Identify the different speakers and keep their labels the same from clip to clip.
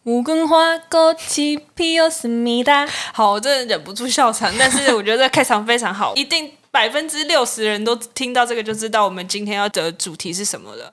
Speaker 1: 무궁화꽃이피었습니다。
Speaker 2: 好，我真的忍不住笑场，但是我觉得开场非常好，一定60%人都听到这个就知道我们今天要的主题是什么了。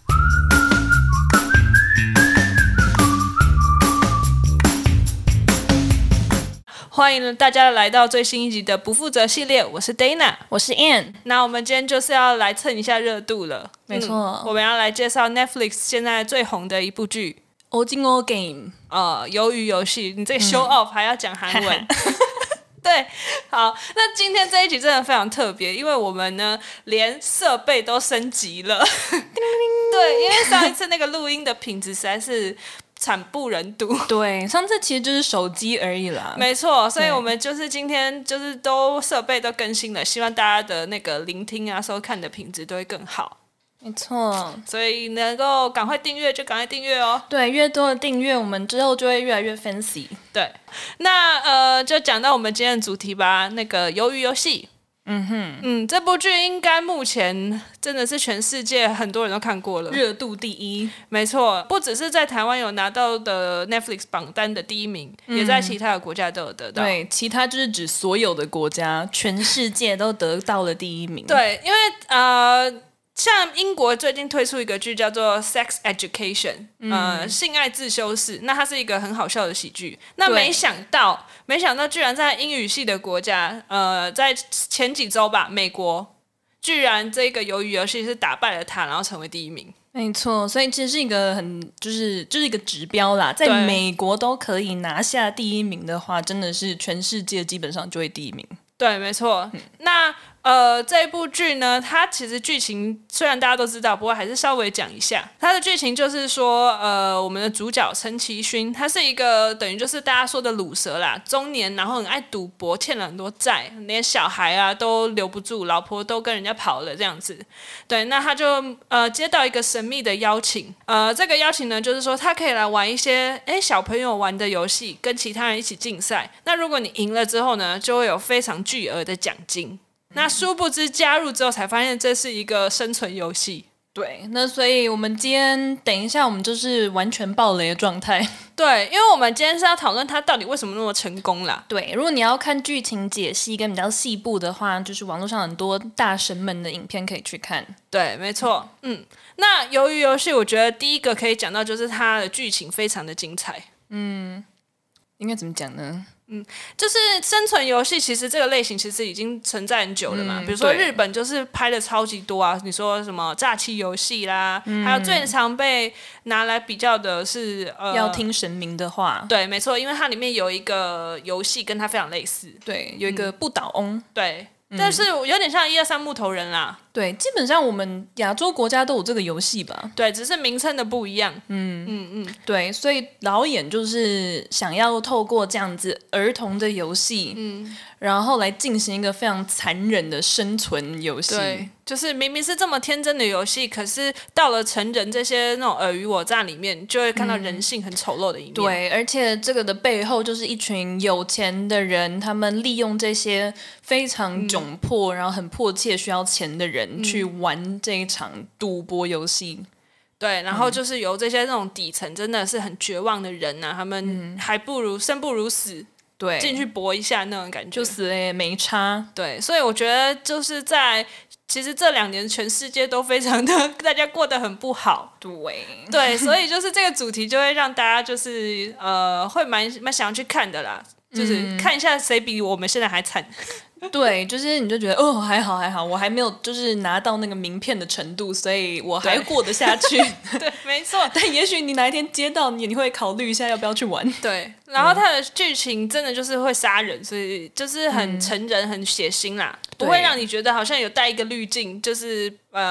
Speaker 2: 欢迎大家来到最新一集的不负责系列，我是 Dana，
Speaker 1: 我是 Ann。
Speaker 2: 那我们今天就是要来蹭一下热度了，
Speaker 1: 没错，
Speaker 2: 我们要来介绍 Netflix 现在最红的一部剧
Speaker 1: ，Original Game，
Speaker 2: 鱿鱼游戏。你这个 show off 还要讲韩文。对，好，那今天这一集真的非常特别，因为我们呢连设备都升级了。对，因为上一次那个录音的品质实在是惨不忍睹。
Speaker 1: 对，上次其实就是手机而已啦。
Speaker 2: 没错，所以我们就是今天就是都设备都更新了，希望大家的那个聆听啊、收看的品质都会更好。
Speaker 1: 没错，
Speaker 2: 所以能够赶快订阅就赶快订阅哦。
Speaker 1: 对，越多的订阅，我们之后就会越来越 fancy。
Speaker 2: 对，那就讲到我们今天的主题吧，那个鱿鱼游戏。这部剧应该目前真的是全世界很多人都看过了，
Speaker 1: 热度第一。
Speaker 2: 没错，不只是在台湾有拿到的 Netflix 榜单的第一名，也在其他的国家都有得到。
Speaker 1: 对，其他就是指所有的国家，全世界都得到了第一名。
Speaker 2: 对，因为像英国最近推出一个剧叫做《Sex Education》，性爱自修室，那它是一个很好笑的喜剧。那没想到居然在英语系的国家，在前几周吧，美国居然这个鱿鱼游戏是打败了它，然后成为第一名。
Speaker 1: 没错，所以其实是一个就是一个指标啦，在美国都可以拿下第一名的话，真的是全世界基本上就会第一名。
Speaker 2: 对，没错。那这一部剧呢，它其实剧情虽然大家都知道，不过还是稍微讲一下。它的剧情就是说，我们的主角陈其勋，他是一个等于就是大家说的鲁蛇啦，中年，然后很爱赌博，欠了很多债，连小孩啊都留不住，老婆都跟人家跑了这样子。对，那他就接到一个神秘的邀请，这个邀请呢，就是说他可以来玩一些小朋友玩的游戏，跟其他人一起竞赛。那如果你赢了之后呢，就会有非常巨额的奖金。那殊不知加入之后才发现这是一个生存游戏。
Speaker 1: 对，那所以我们今天等一下我们就是完全爆雷的状态。
Speaker 2: 对，因为我们今天是要讨论它到底为什么那么成功啦。
Speaker 1: 对，如果你要看剧情解析跟比较细部的话，就是网络上很多大神们的影片可以去看。
Speaker 2: 对，没错。那鱿鱼游戏我觉得第一个可以讲到就是它的剧情非常的精彩。
Speaker 1: 应该怎么讲呢？
Speaker 2: 就是生存游戏，其实这个类型其实已经存在很久了嘛。比如说日本就是拍的超级多啊，你说什么诈欺游戏啦，还有最常被拿来比较的是
Speaker 1: 要听神明的话。
Speaker 2: 对，没错，因为它里面有一个游戏跟它非常类似。
Speaker 1: 对，有一个不倒翁。
Speaker 2: 对。但是有点像123木头人啦。
Speaker 1: 对，基本上我们亚洲国家都有这个游戏吧。
Speaker 2: 对，只是名称的不一样。
Speaker 1: 对，所以导演就是想要透过这样子儿童的游戏，然后来进行一个非常残忍的生存游戏。
Speaker 2: 对，就是明明是这么天真的游戏，可是到了成人这些那种尔虞我诈里面，就会看到人性很丑陋的一面。
Speaker 1: 对，而且这个的背后就是一群有钱的人，他们利用这些非常窘迫，然后很迫切需要钱的人去玩这一场赌博游戏。
Speaker 2: 对，然后就是由这些那种底层真的是很绝望的人啊，他们还不如生不如死，
Speaker 1: 对，
Speaker 2: 进去搏一下那种感觉，
Speaker 1: 就死了也没差。
Speaker 2: 对，所以我觉得就是其实这2年全世界都非常的大家过得很不好。对，所以就是这个主题就会让大家就是会蛮想要去看的啦，就是看一下谁比我们现在还惨。
Speaker 1: 对，就是你就觉得还好，我还没有就是拿到那个名片的程度，所以我还过得下去。
Speaker 2: 对，没错。
Speaker 1: 但也许你哪一天接到你会考虑一下要不要去玩。
Speaker 2: 对，然后它的剧情真的就是会杀人，所以就是很成人、很血腥啦，不会让你觉得好像有带一个滤镜，就是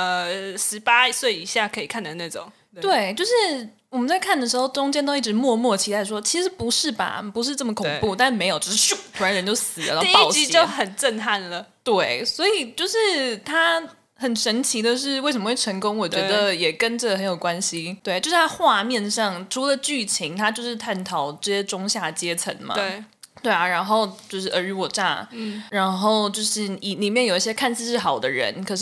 Speaker 2: 18岁以下可以看的那种。
Speaker 1: 对，就是我们在看的时候，中间都一直默默期待说，其实不是吧，不是这么恐怖，但没有，只是突然人就死了，然后爆血。
Speaker 2: 第一集就很震撼了。
Speaker 1: 对，所以就是它很神奇的是，为什么会成功？我觉得也跟这很有关系。对，就是它画面上除了剧情，它就是探讨这些中下阶层嘛。对啊，然后就是尔虞我诈，然后就是里面有一些看似是好的人，可是你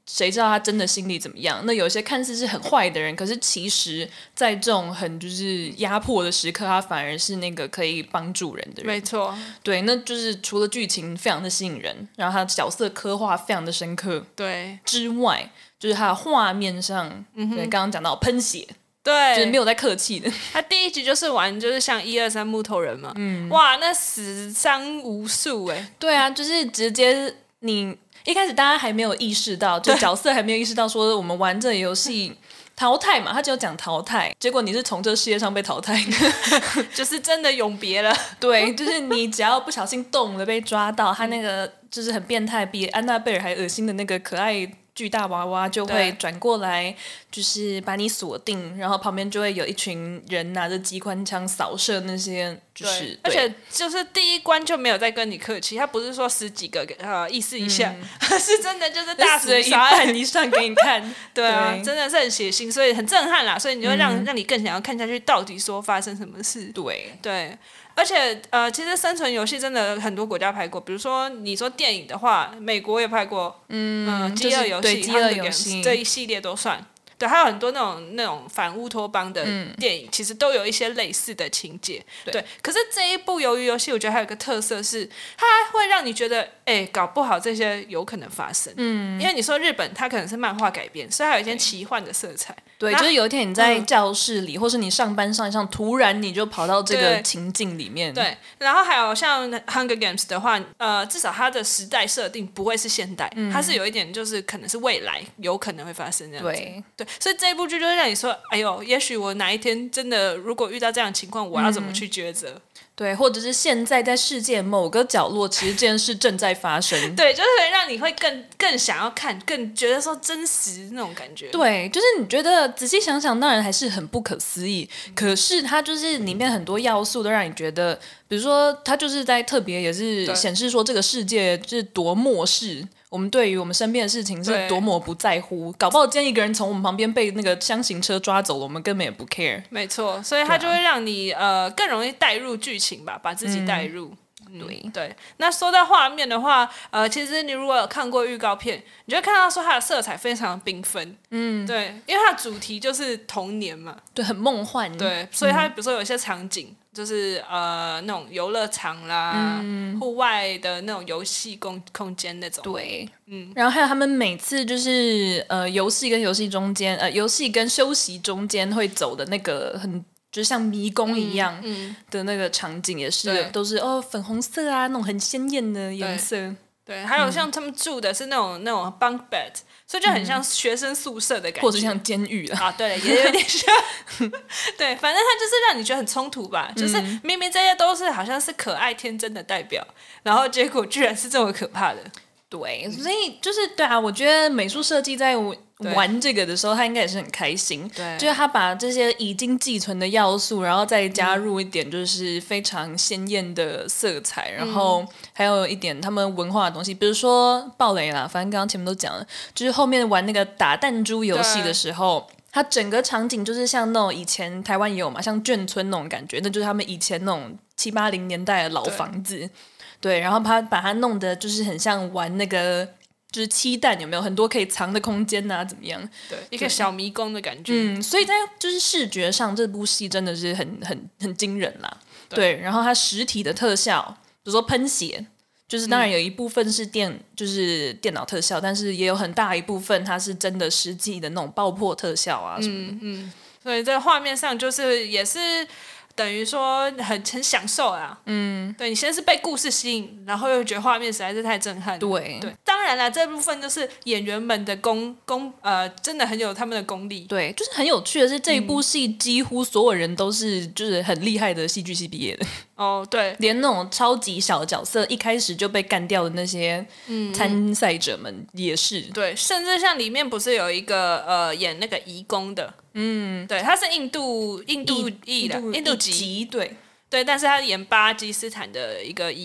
Speaker 1: 谁知道他真的心里怎么样？那有些看似是很坏的人，可是其实在这种很就是压迫的时刻，他反而是那个可以帮助人的人。
Speaker 2: 没错，
Speaker 1: 对，那就是除了剧情非常的吸引人，然后他的角色刻画非常的深刻，
Speaker 2: 对
Speaker 1: 之外，就是他的画面上，对，刚刚讲到喷血，
Speaker 2: 对，
Speaker 1: 就是没有在客气的。
Speaker 2: 他第一集就是玩，就是像1、2、3木头人嘛，哇，那死伤无数哎。
Speaker 1: 对啊，就是直接你一开始大家还没有意识到，就角色还没有意识到说我们玩这个游戏淘汰嘛，他只有讲淘汰，结果你是从这世界上被淘汰的，
Speaker 2: 就是真的永别了。
Speaker 1: 对，就是你只要不小心动了被抓到，他那个就是很变态，比安娜贝尔还恶心的那个可爱巨大娃娃就会转过来，就是把你锁定，然后旁边就会有一群人拿着机关枪扫射那些，就是
Speaker 2: 而且就是第一关就没有再跟你客气，他不是说10几个意思一下，是真的就是大
Speaker 1: 死了一半以上给你看，
Speaker 2: 对啊，真的是很血腥，所以很震撼啦，所以你就会让你更想要看下去，到底说发生什么事。对。而且其实生存游戏真的很多国家拍过，比如说你说电影的话，美国也拍过，饥饿游戏、
Speaker 1: 饥饿游戏
Speaker 2: 这一系列都算。对，还有很多那种反乌托邦的电影，其实都有一些类似的情节。对，可是这一部鱿鱼游戏，我觉得还有一个特色是，它会让你觉得，搞不好这些有可能发生。因为你说日本，它可能是漫画改编，所以它有一些奇幻的色彩。
Speaker 1: 对，就是有一天你在教室里，或是你上班上一上，突然你就跑到这个情境里面。
Speaker 2: 对，然后还有像 Hunger Games 的话，至少它的时代设定不会是现代，它是有一点就是可能是未来，有可能会发生这样子。对，所以这一部剧就会让你说，哎呦，也许我哪一天真的如果遇到这样的情况，我要怎么去抉择？
Speaker 1: 对，或者是现在在世界某个角落，其实这件事正在发生。
Speaker 2: 对，就是让你会更想要看，更觉得说真实那种感觉。
Speaker 1: 对，就是你觉得仔细想想，当然还是很不可思议。可是它就是里面很多要素都让你觉得，比如说它就是在特别也是显示说这个世界是多漠视。我们对于我们身边的事情是多么不在乎，搞不好今天一个人从我们旁边被那个箱型车抓走了，我们根本也不 care。
Speaker 2: 没错，所以它就会让你更容易带入剧情吧，把自己带入。对。那说到画面的话，其实你如果有看过预告片，你就会看到说它的色彩非常缤纷。对，因为它的主题就是童年嘛，
Speaker 1: 对，很梦幻。
Speaker 2: 对，所以它比如说有一些场景。就是那种游乐场啦，户外的那种游戏空间那种。
Speaker 1: 对，然后还有他们每次就是游戏跟游戏中间，游戏跟休息中间会走的那个很就是像迷宫一样的那个场景，也是都是粉红色啊，那种很鲜艳的颜色。
Speaker 2: 对，还有像他们住的是那种bunk bed，所以就很像学生宿舍的感觉，
Speaker 1: 或者像监狱
Speaker 2: 啊，对，也有点像。对，反正它就是让你觉得很冲突吧，就是明明这些都是好像是可爱天真的代表，然后结果居然是这么可怕的。
Speaker 1: 对，所以就是对啊，我觉得美术设计在玩这个的时候，他应该也是很开心。
Speaker 2: 对，
Speaker 1: 就是他把这些已经寄存的要素，然后再加入一点就是非常鲜艳的色彩，然后还有一点他们文化的东西，比如说爆雷啦，反正刚刚前面都讲了，就是后面玩那个打弹珠游戏的时候。它整个场景就是像那种以前台湾也有嘛，像眷村那种感觉，那就是他们以前那种70、80年代的老房子。对，然后他把它弄得就是很像玩那个，就是漆弹有没有很多可以藏的空间啊？怎么样？
Speaker 2: 对，一个小迷宫的感觉。
Speaker 1: 所以在就是视觉上，这部戏真的是很惊人啦。对，然后它实体的特效，比如说喷血，就是当然有一部分是就是电脑特效，但是也有很大一部分它是真的实际的那种爆破特效啊什么的。
Speaker 2: 所以在画面上就是也是。等于说很享受啊，对，你先是被故事吸引，然后又觉得画面实在是太震撼。
Speaker 1: 对，
Speaker 2: 当然了，这部分就是演员们的真的很有他们的功力。
Speaker 1: 对，就是很有趣的是，这一部戏几乎所有人都是就是很厉害的戏剧系毕业的。
Speaker 2: 哦，对，
Speaker 1: 连那种超级小角色一开始就被干掉的那些参赛者们也是。
Speaker 2: 对，甚至像里面不是有一个演那个移工的。对，他是印度籍，
Speaker 1: 对，
Speaker 2: 但是他演巴基斯坦的一个移工。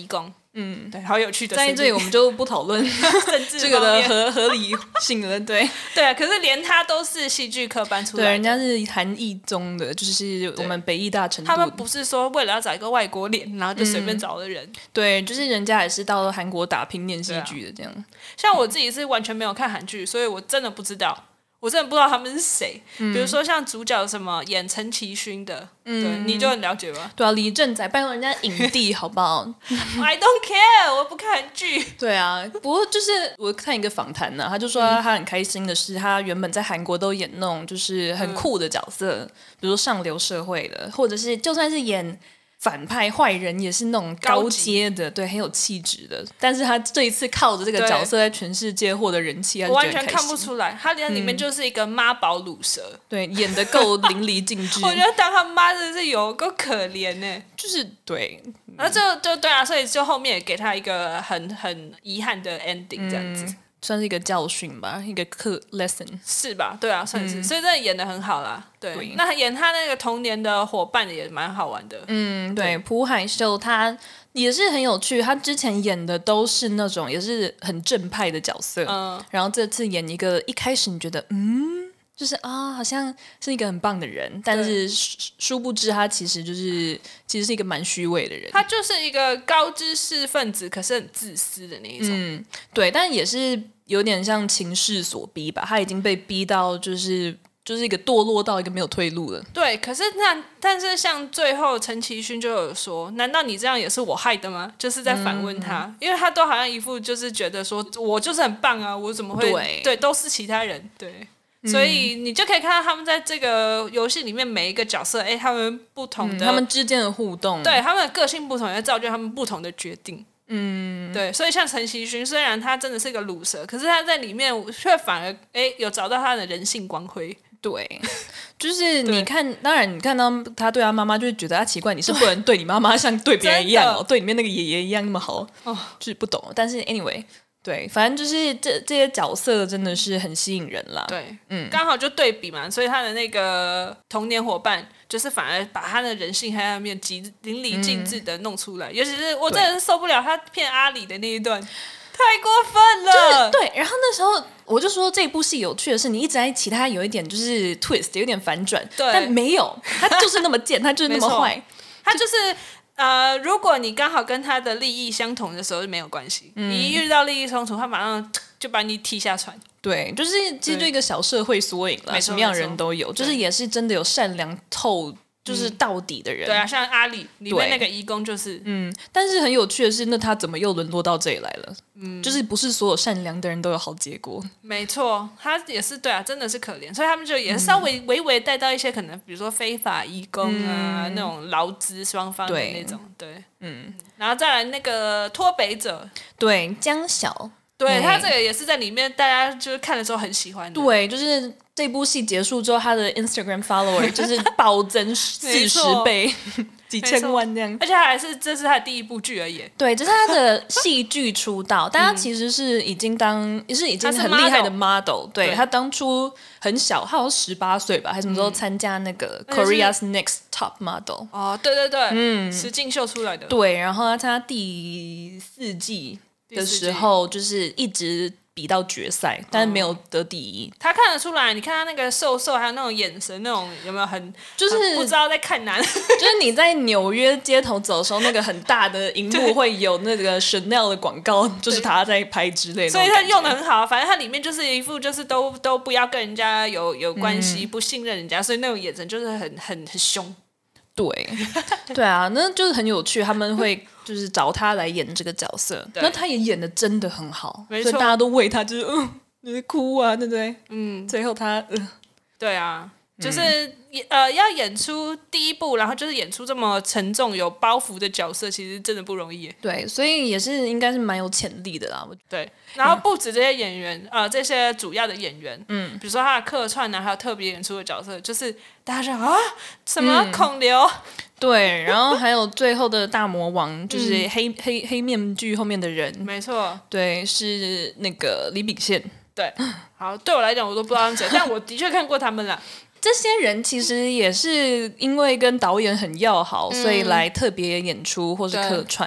Speaker 2: 对，好有趣的。
Speaker 1: 在这里我们就不讨论
Speaker 2: 政治
Speaker 1: 这个的合理性了，对
Speaker 2: 对啊，可是连他都是戏剧科班出来的，
Speaker 1: 对，人家是韩艺中的，就是我们北艺大程度，
Speaker 2: 他们不是说为了要找一个外国脸，然后就随便找的人，
Speaker 1: 对，就是人家也是到了韩国打拼念戏剧的这样。
Speaker 2: 像我自己是完全没有看韩剧，所以我真的不知道。我真的不知道他们是谁，比如说像主角什么演陈其勋的，对，你就很了解吧？
Speaker 1: 对啊，李正宰拜托人家影帝好不好
Speaker 2: ？I don't care， 我不看韩剧。
Speaker 1: 对啊，不过就是我看一个访谈呢，他就说他很开心的是，他原本在韩国都演那种就是很酷的角色，比如说上流社会的，或者是就算是演反派坏人也是那种高阶的，对，很有气质的。但是他这一次靠着这个角色在全世界获得人气，
Speaker 2: 我完全看不出来，他里面就是一个妈宝乳蛇，
Speaker 1: 对，演得够淋漓尽致。
Speaker 2: 我觉得当他妈真的是有够可怜呢，
Speaker 1: 就是对，
Speaker 2: 然后就对啊，所以就后面也给他一个很遗憾的 ending 这样子。
Speaker 1: 算是一个教训吧，一个课 lesson
Speaker 2: 是吧？对啊，算是，所以真的演得很好啦。对，那演他那个童年的伙伴也蛮好玩的。
Speaker 1: 对，朴海秀他也是很有趣，他之前演的都是那种也是很正派的角色，然后这次演一个一开始你觉得就是好像是一个很棒的人，但是殊不知他其实是一个蛮虚伪的人。
Speaker 2: 他就是一个高知识分子，可是很自私的那一种。
Speaker 1: 对，但也是有点像情势所逼吧，他已经被逼到就是一个堕落到一个没有退路了。
Speaker 2: 对，可是但是像最后陈其勋就有说，难道你这样也是我害的吗？就是在反问他，因为他都好像一副就是觉得说我就是很棒啊，我怎么会对都是其他人对。所以你就可以看到他们在这个游戏里面每一个角色，他们不同的，
Speaker 1: 他们之间的互动，
Speaker 2: 对他们的个性不同，也造就他们不同的决定。对，所以像陈其勋，虽然他真的是一个鲁蛇，可是他在里面却反而有找到他的人性光辉。
Speaker 1: 对，就是你看，当然你看到他对他妈妈，就会觉得奇怪，你是不能对你妈妈像对别人一样对里面那个爷爷一样那么好，就是不懂。但是 anyway。对，反正就是这些角色真的是很吸引人啦。
Speaker 2: 对，刚好就对比嘛，所以他的那个童年伙伴，就是反而把他的人性黑暗面淋漓尽致的弄出来。尤其是我真的是受不了他骗阿里的那一段，太过分了。
Speaker 1: 对，然后那时候我就说这部戏有趣的是，你一直在期待他有一点就是 twist， 有点反转，但没有，他就是那么贱，他就是那么坏，
Speaker 2: 他就是。如果你刚好跟他的利益相同的时候就没有关系，你一遇到利益冲突，他马上就把你踢下船。
Speaker 1: 对，就是其实就一个小社会缩影了，什么样的人都有，就是也是真的有善良透就是到底的人。
Speaker 2: 对啊，像阿里里面那个义工就是
Speaker 1: 但是很有趣的是，那他怎么又沦落到这里来了？就是不是所有善良的人都有好结果。
Speaker 2: 没错，他也是对啊，真的是可怜，所以他们就也是稍微微微带到一些可能，比如说非法义工啊，那种劳资双方的那种，对，然后再来那个脱北者，
Speaker 1: 对，江晓。
Speaker 2: 对，他这个也是在里面，大家就是看的时候很喜欢的。
Speaker 1: 对，就是这部戏结束之后，他的 Instagram follower 就是暴增40倍，几千万这样。
Speaker 2: 而且这是他的第一部剧而已。
Speaker 1: 对，这是他的戏剧出道，但他其实是已经很厉害的 model。对，他当初很小，他好像18岁吧，还什么时候参加那个 Korea's Next Top Model。
Speaker 2: 哦，对对对，实境秀出来的。
Speaker 1: 对，然后他参加第4季。的时候就是一直比到决赛，但是没有得第一。
Speaker 2: 他看得出来，你看他那个瘦瘦，还有那种眼神，那种有没有就是不知道在看哪？
Speaker 1: 就是你在纽约街头走的时候，那个很大的荧幕会有那个 Chanel 的广告，就是他在拍之类的。
Speaker 2: 所以他用的很好，反正他里面就是一副就是都不要跟人家有关系，不信任人家，所以那种眼神就是很凶。
Speaker 1: 对，对啊，那就是很有趣，他们会就是找他来演这个角色，那他也演的真的很好，所以大家都为他就是哭啊，对不对？最后他
Speaker 2: 对啊，就是要演出第一部，然后就是演出这么沉重有包袱的角色，其实真的不容易。
Speaker 1: 对，所以也是应该是蛮有潜力的啦。
Speaker 2: 对，然后不止这些演员，这些主要的演员，比如说他的客串啊，还有特别演出的角色，就是大家说什么孔刘。
Speaker 1: 对，然后还有最后的大魔王，就是黑面具后面的人，
Speaker 2: 没错，
Speaker 1: 对，是那个李秉宪。
Speaker 2: 对，好，对我来讲我都不知道他们谁，但我的确看过他们啦。
Speaker 1: 这些人其实也是因为跟导演很要好，所以来特别演出或是客串。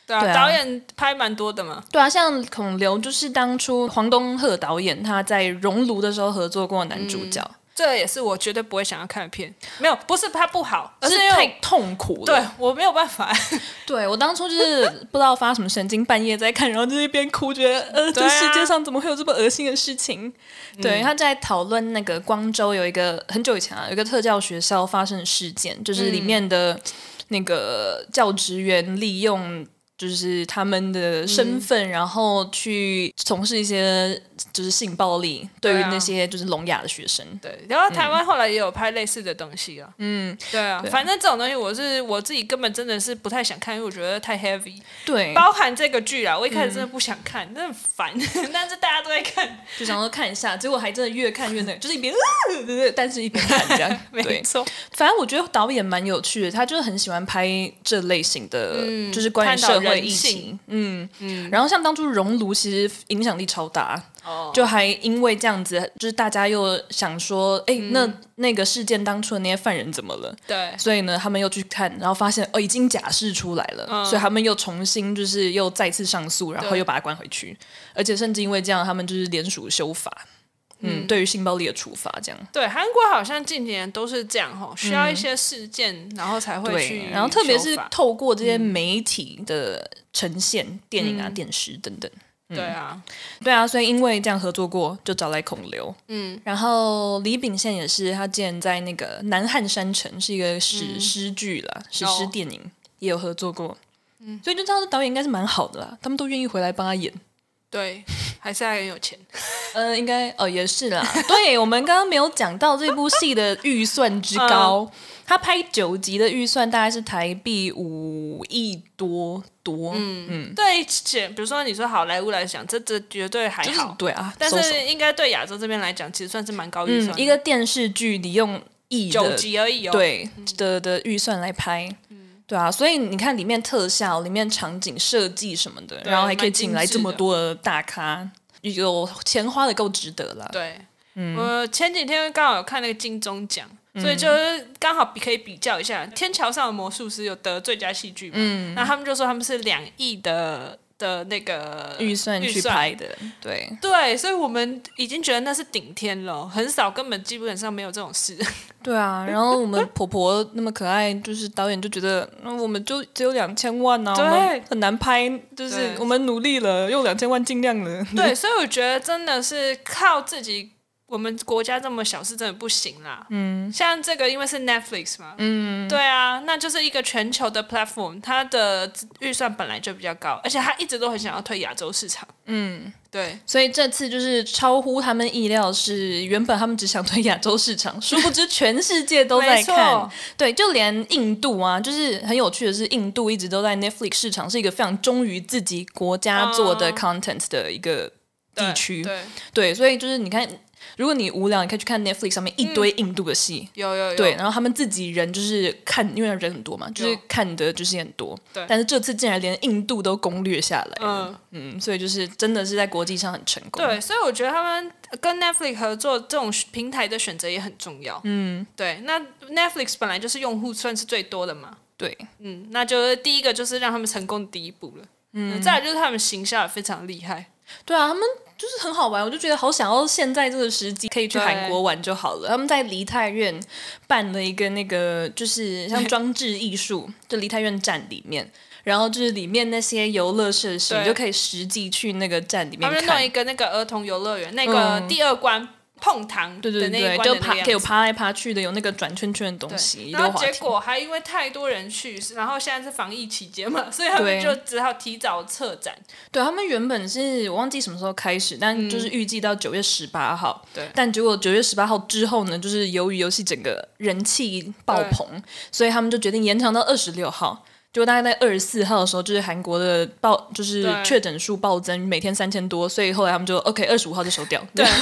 Speaker 2: 对啊，
Speaker 1: 对啊
Speaker 2: 导演拍蛮多的嘛。
Speaker 1: 对啊，像孔刘就是当初黄东赫导演他在《熔炉》的时候合作过的男主角，
Speaker 2: 这个也是我绝对不会想要看的片。没有，不是他不好，而因为
Speaker 1: 是太痛苦了。
Speaker 2: 对我没有办法。
Speaker 1: 对我当初就是不知道发什么神经，半夜在看，然后就一边哭，觉得这世界上怎么会有这么恶心的事情？对，他在讨论那个光州有一个很久以前有一个特教学校发生的事件，就是里面的那个教职员利用就是他们的身份，然后去从事一些就是性暴力，对于那些就是聋哑的学生。
Speaker 2: 对，然后台湾后来也有拍类似的东西啊。对啊，反正这种东西我自己根本真的是不太想看，因为我觉得太 heavy。
Speaker 1: 对，
Speaker 2: 包含这个剧啦，我一开始真的不想看，真的很烦，但是大家都在看，
Speaker 1: 就想说看一下，结果还真的越看越那个，就是一边但是一边看这样。
Speaker 2: 没错。
Speaker 1: 反正我觉得导演蛮有趣的，他就是很喜欢拍这类型的，就是关于社会议题。然后像当初《熔炉》其实影响力超大。就还因为这样子，就是大家又想说，那个事件当初的那些犯人怎么了？
Speaker 2: 对，
Speaker 1: 所以呢，他们又去看，然后发现已经假释出来了，所以他们又重新就是又再次上诉，然后又把他关回去，而且甚至因为这样，他们就是联署修法。对于性暴力的处罚，这样
Speaker 2: 对韩国好像近几年都是这样需要一些事件，然后才会去，
Speaker 1: 然后特别是透过这些媒体的呈现，电影啊、电视等等。对啊，所以因为这样合作过，就找来孔刘。然后李秉宪也是，他之前在那个《南汉山城》是一个史诗剧啦，史诗电影也有合作过。所以就知道导演应该是蛮好的啦，他们都愿意回来帮他演。
Speaker 2: 对，还是他很有钱。
Speaker 1: 应该也是啦。对，我们刚刚没有讲到这部戏的预算之高，他拍9集的预算大概是台币5亿多。
Speaker 2: 对，比如说你说好莱坞来讲，这绝对还好，
Speaker 1: 就是对啊。
Speaker 2: 但是应该对亚洲这边来讲，其实算是蛮高预算的。
Speaker 1: 一个电视剧你用
Speaker 2: 9集而已
Speaker 1: 对的预算来拍。对啊，所以你看里面特效、里面场景设计什么的，然后还可以请来这么多的大咖，有钱花的够值得了。
Speaker 2: 对，我前几天刚好有看那个金钟奖，所以就是刚好可以比较一下，《天桥上的魔术师》有得最佳戏剧嘛，那他们就说他们是2亿的那个
Speaker 1: 预算去拍的。
Speaker 2: 对，所以我们已经觉得那是顶天了，很少，根本基本上没有这种事。
Speaker 1: 对啊，然后我们婆婆那么可爱，就是导演就觉得，我们就只有2000万啊，我们很难拍，就是我们努力了，用2000万尽量了。
Speaker 2: 对，所以我觉得真的是靠自己，我们国家这么小是真的不行啦。像这个因为是 Netflix 嘛，对啊，那就是一个全球的 platform， 它的预算本来就比较高，而且他一直都很想要推亚洲市场。对，
Speaker 1: 所以这次就是超乎他们意料，是原本他们只想推亚洲市场，殊不知全世界都在看。对，就连印度啊，就是很有趣的是，印度一直都在 Netflix 市场是一个非常忠于自己国家做的 content 的一个地区。对，所以就是你看。如果你无聊，你可以去看 Netflix 上面一堆印度的戏，
Speaker 2: 有
Speaker 1: 对，然后他们自己人就是看，因为人很多嘛，就是看的就是很多，
Speaker 2: 对。
Speaker 1: 但是这次竟然连印度都攻略下来了，所以就是真的是在国际上很成功。
Speaker 2: 对，所以我觉得他们跟 Netflix 合作这种平台的选择也很重要。对，那 Netflix 本来就是用户算是最多的嘛，
Speaker 1: 对，
Speaker 2: 那就是第一个就是让他们成功的第一步了，再来就是他们行销也非常厉害。
Speaker 1: 对啊，他们就是很好玩，我就觉得好想要现在这个时机可以去韩国玩就好了。他们在梨泰院办了一个那个就是像装置艺术，就梨泰院站里面，然后就是里面那些游乐设施，你就可以实际去那个站里面看。
Speaker 2: 他们弄一个那个儿童游乐园，那个第2关。碰糖的那一关
Speaker 1: 就可以爬来爬去的，有那个转圈圈的东西。
Speaker 2: 然后结果还因为太多人去，然后现在是防疫期间嘛，所以他们就只好提早撤展。
Speaker 1: 对，他们原本是我忘记什么时候开始，但就是预计到9月18号。
Speaker 2: 对，
Speaker 1: 但结果9月18号之后呢，就是由于游戏整个人气爆棚，所以他们就决定延长到26号。结果大概在24号的时候，就是韩国的就是确诊数暴增，每天3000多，所以后来他们就 OK， 25号就收掉。对。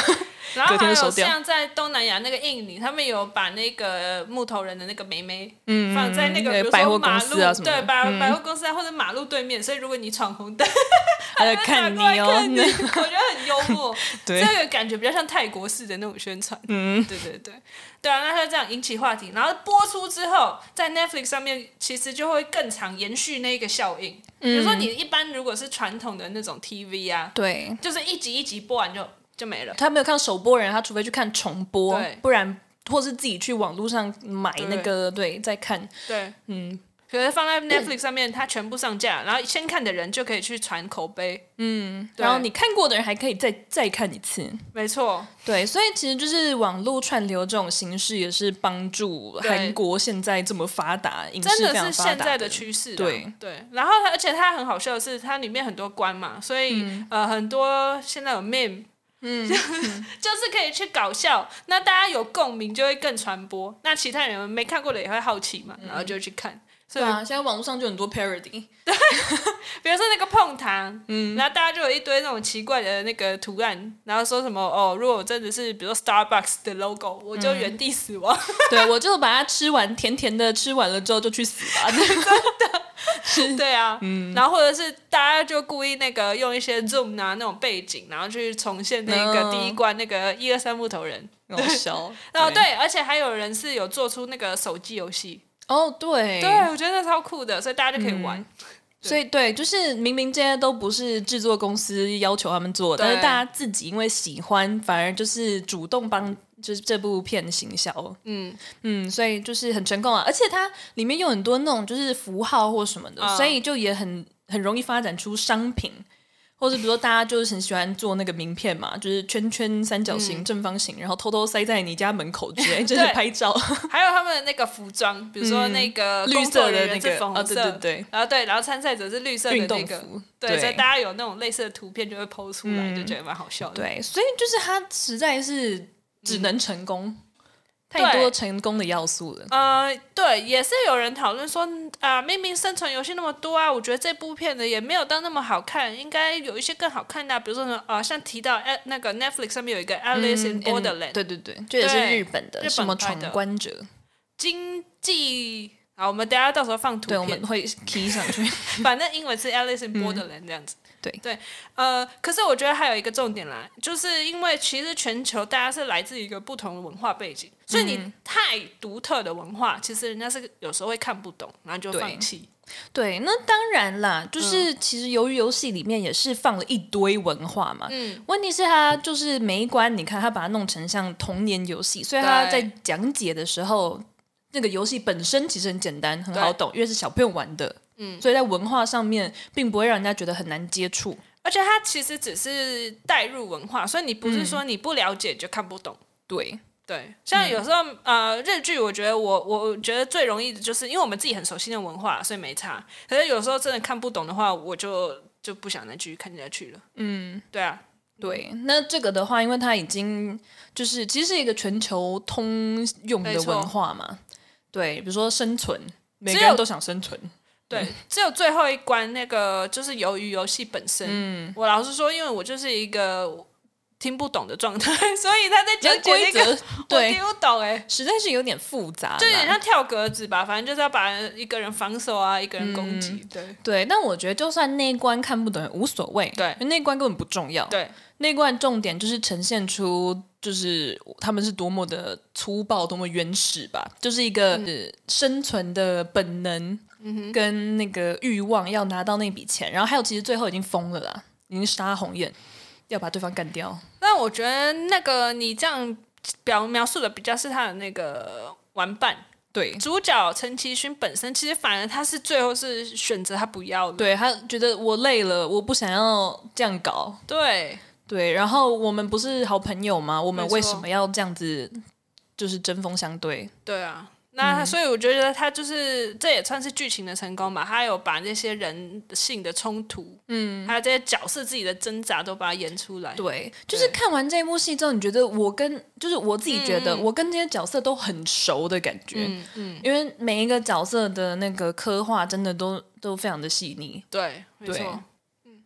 Speaker 2: 然后还有
Speaker 1: 隔天就收掉。
Speaker 2: 像在东南亚那个印尼，他们有把那个木头人的那个妹妹放在那个比如
Speaker 1: 百货
Speaker 2: 说马路
Speaker 1: 公司啊什么的
Speaker 2: 对百货公司啊或者马路对面，所以如果你闯红灯，
Speaker 1: 他在看你哦，
Speaker 2: 我觉得很幽默。
Speaker 1: 对
Speaker 2: 这个感觉比较像泰国式的那种宣传。对啊，那它这样引起话题，然后播出之后，在 Netflix 上面其实就会更常延续那个效应。比如说你一般如果是传统的那种 TV 啊，
Speaker 1: 对，
Speaker 2: 就是一集一集播完就没了。
Speaker 1: 他没有看首播人，他除非去看重播
Speaker 2: 对，
Speaker 1: 不然或是自己去网络上买那个再看。
Speaker 2: 对，可是放在 Netflix 上面，它全部上架，然后先看的人就可以去传口碑。
Speaker 1: 然后你看过的人还可以再看一次。
Speaker 2: 没错，
Speaker 1: 对，所以其实就是网络串流这种形式也是帮助韩国现在这么发达，影视非常发达
Speaker 2: 真的是现在的趋势。
Speaker 1: 对，
Speaker 2: 然后而且它很好笑的是，它里面很多关嘛，所以很多现在有 meme。就是可以去搞笑，那大家有共鸣就会更传播，那其他人没看过的也会好奇嘛，然后就去看。
Speaker 1: 对啊，现在网络上就很多 parody，
Speaker 2: 比如说那个碰糖，然后大家就有一堆那种奇怪的那个图案，然后说什么如果我真的是比如说 Starbucks 的 logo， 我就原地死亡。
Speaker 1: 对，我就把它吃完，甜甜的吃完了之后就去死吧，真的。
Speaker 2: 对啊，然后或者是大家就故意那个用一些 zoom 啊那种背景，然后去重现那个第一关那个1、2、3木头人，
Speaker 1: 好笑。
Speaker 2: 然后对，而且还有人是有做出那个手机游戏。
Speaker 1: 对，
Speaker 2: 我觉得那超酷的，所以大家就可以玩。
Speaker 1: 所以对，就是明明这些都不是制作公司要求他们做的，但是大家自己因为喜欢，反而就是主动帮就是这部片行销。所以就是很成功啊，而且它里面有很多那种就是符号或什么的，所以就也很容易发展出商品。或者比如说大家就是很喜欢做那个名片嘛，就是圈圈、三角形、正方形，然后偷偷塞在你家门口之类，就是拍照。
Speaker 2: 还有他们的那个服装，比如说那个
Speaker 1: 绿色的那个
Speaker 2: 粉红色，
Speaker 1: 对，
Speaker 2: 然后参赛者是绿色的那个
Speaker 1: 运动服，
Speaker 2: 对，所以大家有那种类似的图片就会 po 出来，就觉得蛮好笑的。
Speaker 1: 对，所以就是它实在是只能成功。太多成功的要素了。
Speaker 2: 对，也是有人讨论说，明明生存游戏那么多啊，我觉得这部片呢也没有到那么好看，应该有一些更好看的比如说呢，像提到那个 Netflix 上面有一个 Alice in Borderland，
Speaker 1: 对，这也是日本的，什么闯关者、
Speaker 2: 经济。好，我们等一下到时候放图片，
Speaker 1: 对，我们会 key 上去。
Speaker 2: 反正英文是 Alice in Borderland 这样子。
Speaker 1: 对，
Speaker 2: 可是我觉得还有一个重点啦，就是因为其实全球大家是来自一个不同的文化背景，所以你太独特的文化，其实人家是有时候会看不懂，然后就放弃。
Speaker 1: 对，那当然啦，就是其实鱿鱼游戏里面也是放了一堆文化嘛。问题是它就是每一关，你看它把它弄成像童年游戏，所以它在讲解的时候，那个游戏本身其实很简单，很好懂，因为是小朋友玩的。所以在文化上面并不会让人家觉得很难接触，
Speaker 2: 而且它其实只是带入文化，所以你不是说你不了解就看不懂。
Speaker 1: 对，
Speaker 2: 像有时候日剧，我觉得我觉得最容易的就是因为我们自己很熟悉的文化，所以没差。可是有时候真的看不懂的话，我就不想再继续看下去了。对啊，
Speaker 1: 对。那这个的话，因为它已经就是其实是一个全球通用的文化嘛。对，比如说生存，每个人都想生存。
Speaker 2: 对，只有最后一关那个就是鱿鱼游戏本身。我老实说，因为我就是一个听不懂的状态，所以他在讲解那个我听不懂
Speaker 1: 实在是有点复杂，
Speaker 2: 就有点像跳格子吧，反正就是要把一个人防守啊，一个人攻击。
Speaker 1: 对，但我觉得就算那一关看不懂也无所谓，
Speaker 2: 对，
Speaker 1: 因为那一关根本不重要。
Speaker 2: 对，
Speaker 1: 那一关重点就是呈现出就是他们是多么的粗暴，多么原始吧，就是一个生存的本能。跟那个欲望要拿到那笔钱，然后还有其实最后已经疯了啦，已经杀红眼，要把对方干掉。
Speaker 2: 但我觉得那个你这样描述的比较是他的那个玩伴，
Speaker 1: 对，
Speaker 2: 主角陈其勋本身其实反而他是最后是选择他不要的，
Speaker 1: 对，他觉得我累了，我不想要这样搞，对，然后我们不是好朋友吗？我们为什么要这样子就是针锋相对？
Speaker 2: 对啊。那所以我觉得他就是这也算是剧情的成功吧，他有把那些人性的冲突，还有这些角色自己的挣扎都把它演出来。
Speaker 1: 对，就是看完这部戏之后，你觉得就是我自己觉得我跟这些角色都很熟的感觉，因为每一个角色的那个刻画真的都非常的细腻。
Speaker 2: 对，没错。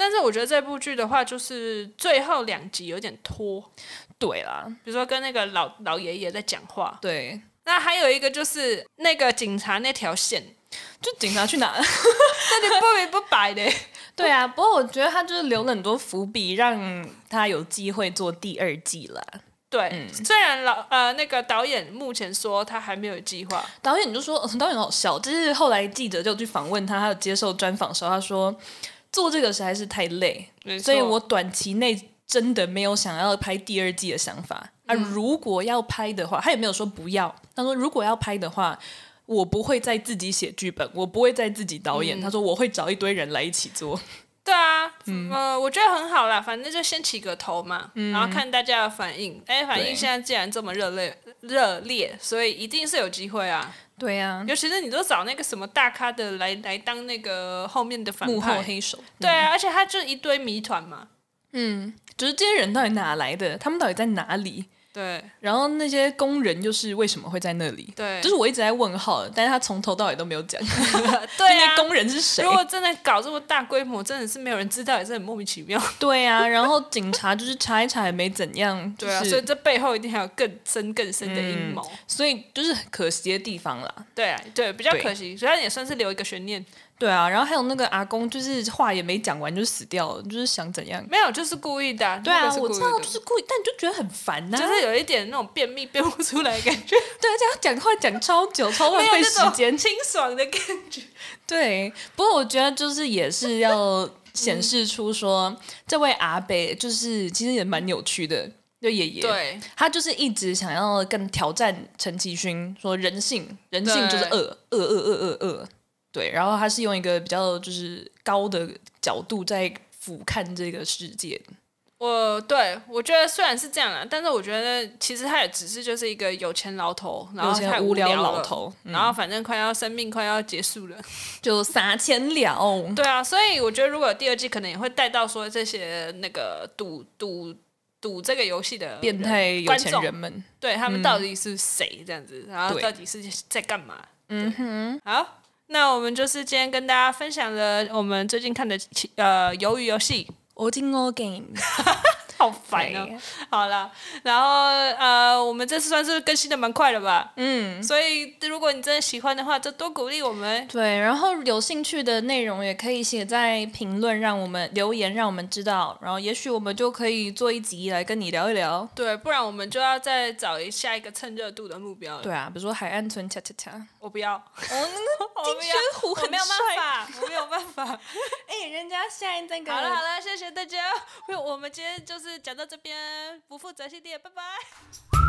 Speaker 2: 但是我觉得这部剧的话，就是最后2集有点拖。
Speaker 1: 对啦，
Speaker 2: 比如说跟那个老爷爷在讲话。
Speaker 1: 对，
Speaker 2: 那还有一个就是那个警察那条线，
Speaker 1: 就警察去哪？
Speaker 2: 那里不明不白的。
Speaker 1: 对啊，不过我觉得他就是留了很多伏笔，让他有机会做第2季啦。
Speaker 2: 对，虽然那个导演目前说他还没有计划，
Speaker 1: 导演就说，导演好笑，就是后来记者就去访问他，他有接受专访的时候，他说做这个实在是太累，所以我短期内真的没有想要拍第2季的想法。如果要拍的话，他也没有说不要，他说如果要拍的话，我不会再自己写剧本，我不会再自己导演，他说我会找一堆人来一起做。
Speaker 2: 对啊，我觉得很好啦，反正就先起个头嘛，然后看大家的反应。反应现在既然这么热烈，所以一定是有机会啊。
Speaker 1: 对啊，
Speaker 2: 尤其是你都找那个什么大咖的来当那个后面的反派
Speaker 1: 幕后黑手。
Speaker 2: 对啊，而且他就一堆谜团嘛。
Speaker 1: 就是这些人到底哪来的？他们到底在哪里？
Speaker 2: 对，
Speaker 1: 然后那些工人又是为什么会在那里？
Speaker 2: 对，
Speaker 1: 就是我一直在问号，但是他从头到尾都没有讲。
Speaker 2: 对啊，
Speaker 1: 那些工人是谁？
Speaker 2: 如果真的搞这么大规模，真的是没有人知道，也是很莫名其妙。
Speaker 1: 对啊，然后警察就是查一查也没怎样。
Speaker 2: 对啊，所以这背后一定还有更深的阴谋。
Speaker 1: 所以就是可惜的地方啦。
Speaker 2: 对啊，对，比较可惜，所以也算是留一个悬念。
Speaker 1: 对啊，然后还有那个阿公，就是话也没讲完就死掉了，就是想怎样？
Speaker 2: 没有，就是故意的。
Speaker 1: 对啊，我知道就是故意，但你就觉得很烦呐，
Speaker 2: 就是有一点那种便秘便不出来的感觉。
Speaker 1: 对，这样讲话讲超久，超浪费时间，
Speaker 2: 清爽的感觉。
Speaker 1: 对，不过我觉得就是也是要显示出说，这位阿伯就是其实也蛮有趣的。就爷爷，
Speaker 2: 对，
Speaker 1: 他就是一直想要更挑战陈其勋，说人性就是恶。对，然后他是用一个比较就是高的角度在俯瞰这个世界。
Speaker 2: 我觉得虽然是这样啦，但是我觉得其实他也只是就是一个有钱老头，然后太
Speaker 1: 无聊
Speaker 2: 老
Speaker 1: 头，
Speaker 2: 然后反正生命快要结束了，
Speaker 1: 就撒钱了。
Speaker 2: 对啊，所以我觉得如果有第2季，可能也会带到说这些那个赌这个游戏的
Speaker 1: 变态有钱人们，
Speaker 2: 对他们到底是谁这样子，然后到底是在干嘛？好。那我们就是今天跟大家分享了我们最近看的鱿鱼游戏
Speaker 1: Original Game
Speaker 2: 好烦哦。好了，然后我们这次算是更新的蛮快的吧？所以如果你真的喜欢的话，就多鼓励我们。
Speaker 1: 对，然后有兴趣的内容也可以写在评论，让我们留言，让我们知道。然后也许我们就可以做一集来跟你聊一聊。
Speaker 2: 对，不然我们就要再找下一个蹭热度的目标了。
Speaker 1: 对啊，比如说海岸村恰恰恰，
Speaker 2: 我不要。
Speaker 1: 那个金宣虎很帅，
Speaker 2: 我没有办法。
Speaker 1: 人家现在那个
Speaker 2: 好了，谢谢大家。我们今天就是讲到这边，不负责系列，拜拜。